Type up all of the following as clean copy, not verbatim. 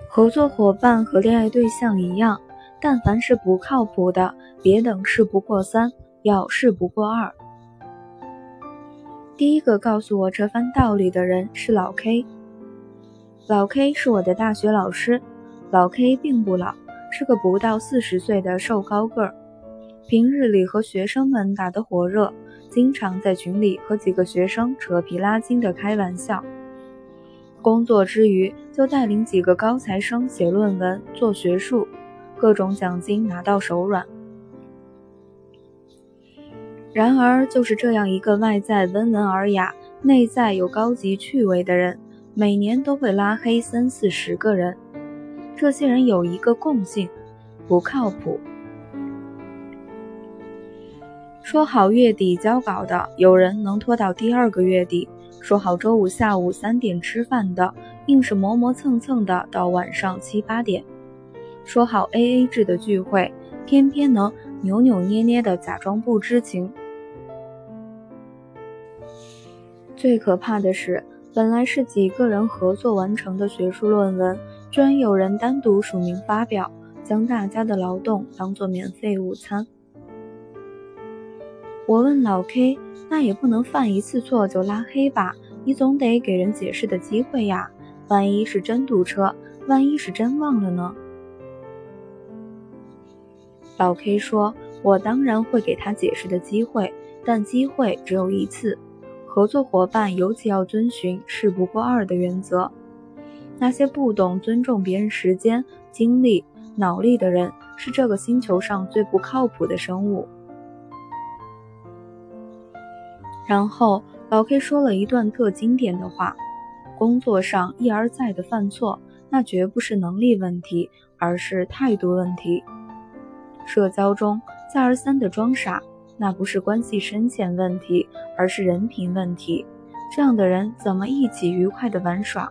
合作伙伴和恋爱对象一样，但凡是不靠谱的，别等事不过三，要事不过二。第一个告诉我这番道理的人是老 K。老 K 是我的大学老师，老 K 并不老，是个不到40岁的瘦高个儿。平日里和学生们打得火热，经常在群里和几个学生扯皮拉筋的开玩笑。工作之余就带领几个高材生写论文做学术，各种奖金拿到手软。然而就是这样一个外在温文尔雅，内在有高级趣味的人，每年都会拉黑30-40个人。这些人有一个共性，不靠谱。说好月底交稿的，有人能拖到第2个月底，说好周五下午3点吃饭的，硬是磨磨蹭蹭的到晚上7-8点。说好 AA 制的聚会，偏偏能扭扭捏捏的假装不知情。最可怕的是，本来是几个人合作完成的学术论文，居然有人单独署名发表，将大家的劳动当作免费午餐。我问老 K， 那也不能犯一次错就拉黑吧，你总得给人解释的机会呀，万一是真堵车，万一是真忘了呢？老 K 说，我当然会给他解释的机会，但机会只有一次。合作伙伴尤其要遵循事不过二的原则。那些不懂尊重别人时间、精力、脑力的人，是这个星球上最不靠谱的生物。然后老 K 说了一段特经典的话，工作上一而再的犯错，那绝不是能力问题，而是态度问题。社交中再而三的装傻，那不是关系深浅问题，而是人品问题。这样的人怎么一起愉快的玩耍？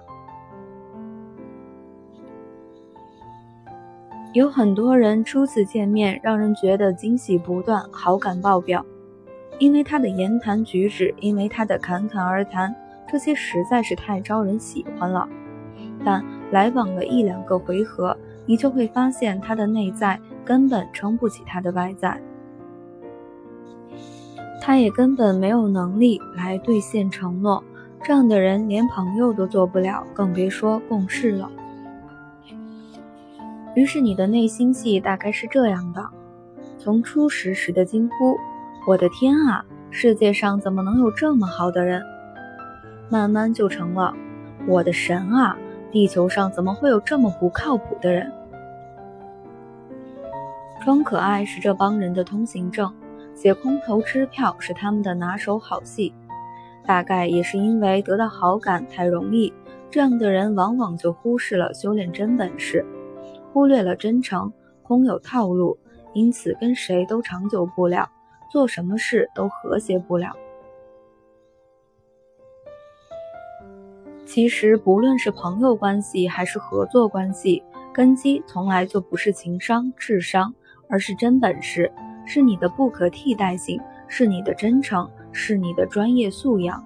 有很多人初次见面让人觉得惊喜不断，好感爆表，因为他的言谈举止，因为他的侃侃而谈，这些实在是太招人喜欢了。但来往了1-2个回合，你就会发现他的内在根本撑不起他的外在，他也根本没有能力来兑现承诺。这样的人连朋友都做不了，更别说共事了。于是你的内心戏大概是这样的：从初识时的惊呼，我的天啊，世界上怎么能有这么好的人，慢慢就成了我的神啊，地球上怎么会有这么不靠谱的人。装可爱是这帮人的通行证，写空头支票是他们的拿手好戏。大概也是因为得到好感太容易，这样的人往往就忽视了修炼真本事，忽略了真诚，空有套路，因此跟谁都长久不了，做什么事都和谐不了。其实不论是朋友关系还是合作关系，根基从来就不是情商、智商，而是真本事，是你的不可替代性，是你的真诚，是你的专业素养。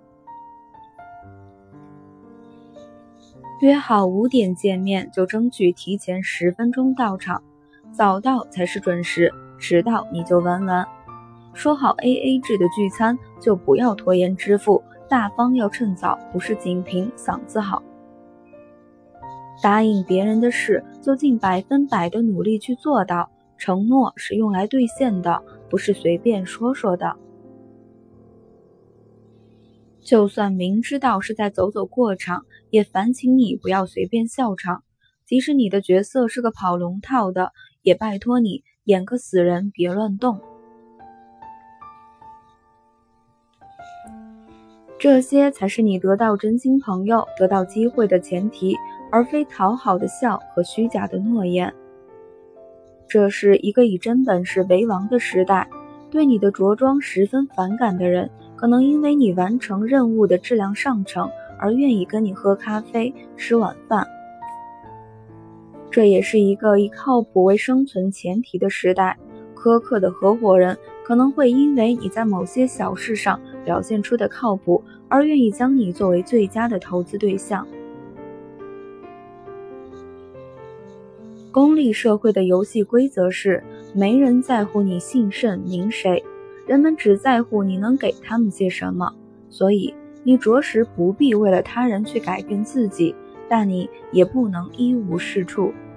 约好5点见面，就争取提前10分钟到场，早到才是准时，迟到你就玩完。说好 AA 制的聚餐，就不要拖延支付，大方要趁早，不是仅凭嗓子好。答应别人的事，就尽100%的努力去做到，承诺是用来兑现的，不是随便说说的。就算明知道是在走过场，也烦请你不要随便笑场。即使你的角色是个跑龙套的，也拜托你演个死人别乱动。这些才是你得到真心朋友、得到机会的前提，而非讨好的笑和虚假的诺言。这是一个以真本事为王的时代，对你的着装十分反感的人，可能因为你完成任务的质量上乘，而愿意跟你喝咖啡、吃晚饭。这也是一个以靠谱为生存前提的时代，苛刻的合伙人可能会因为你在某些小事上表现出的靠谱，而愿意将你作为最佳的投资对象。 功利社会的游戏规则是，没人在乎你姓甚名谁，人们只在乎你能给他们些什么。所以你着实不必为了他人去改变自己，但你也不能一无是处，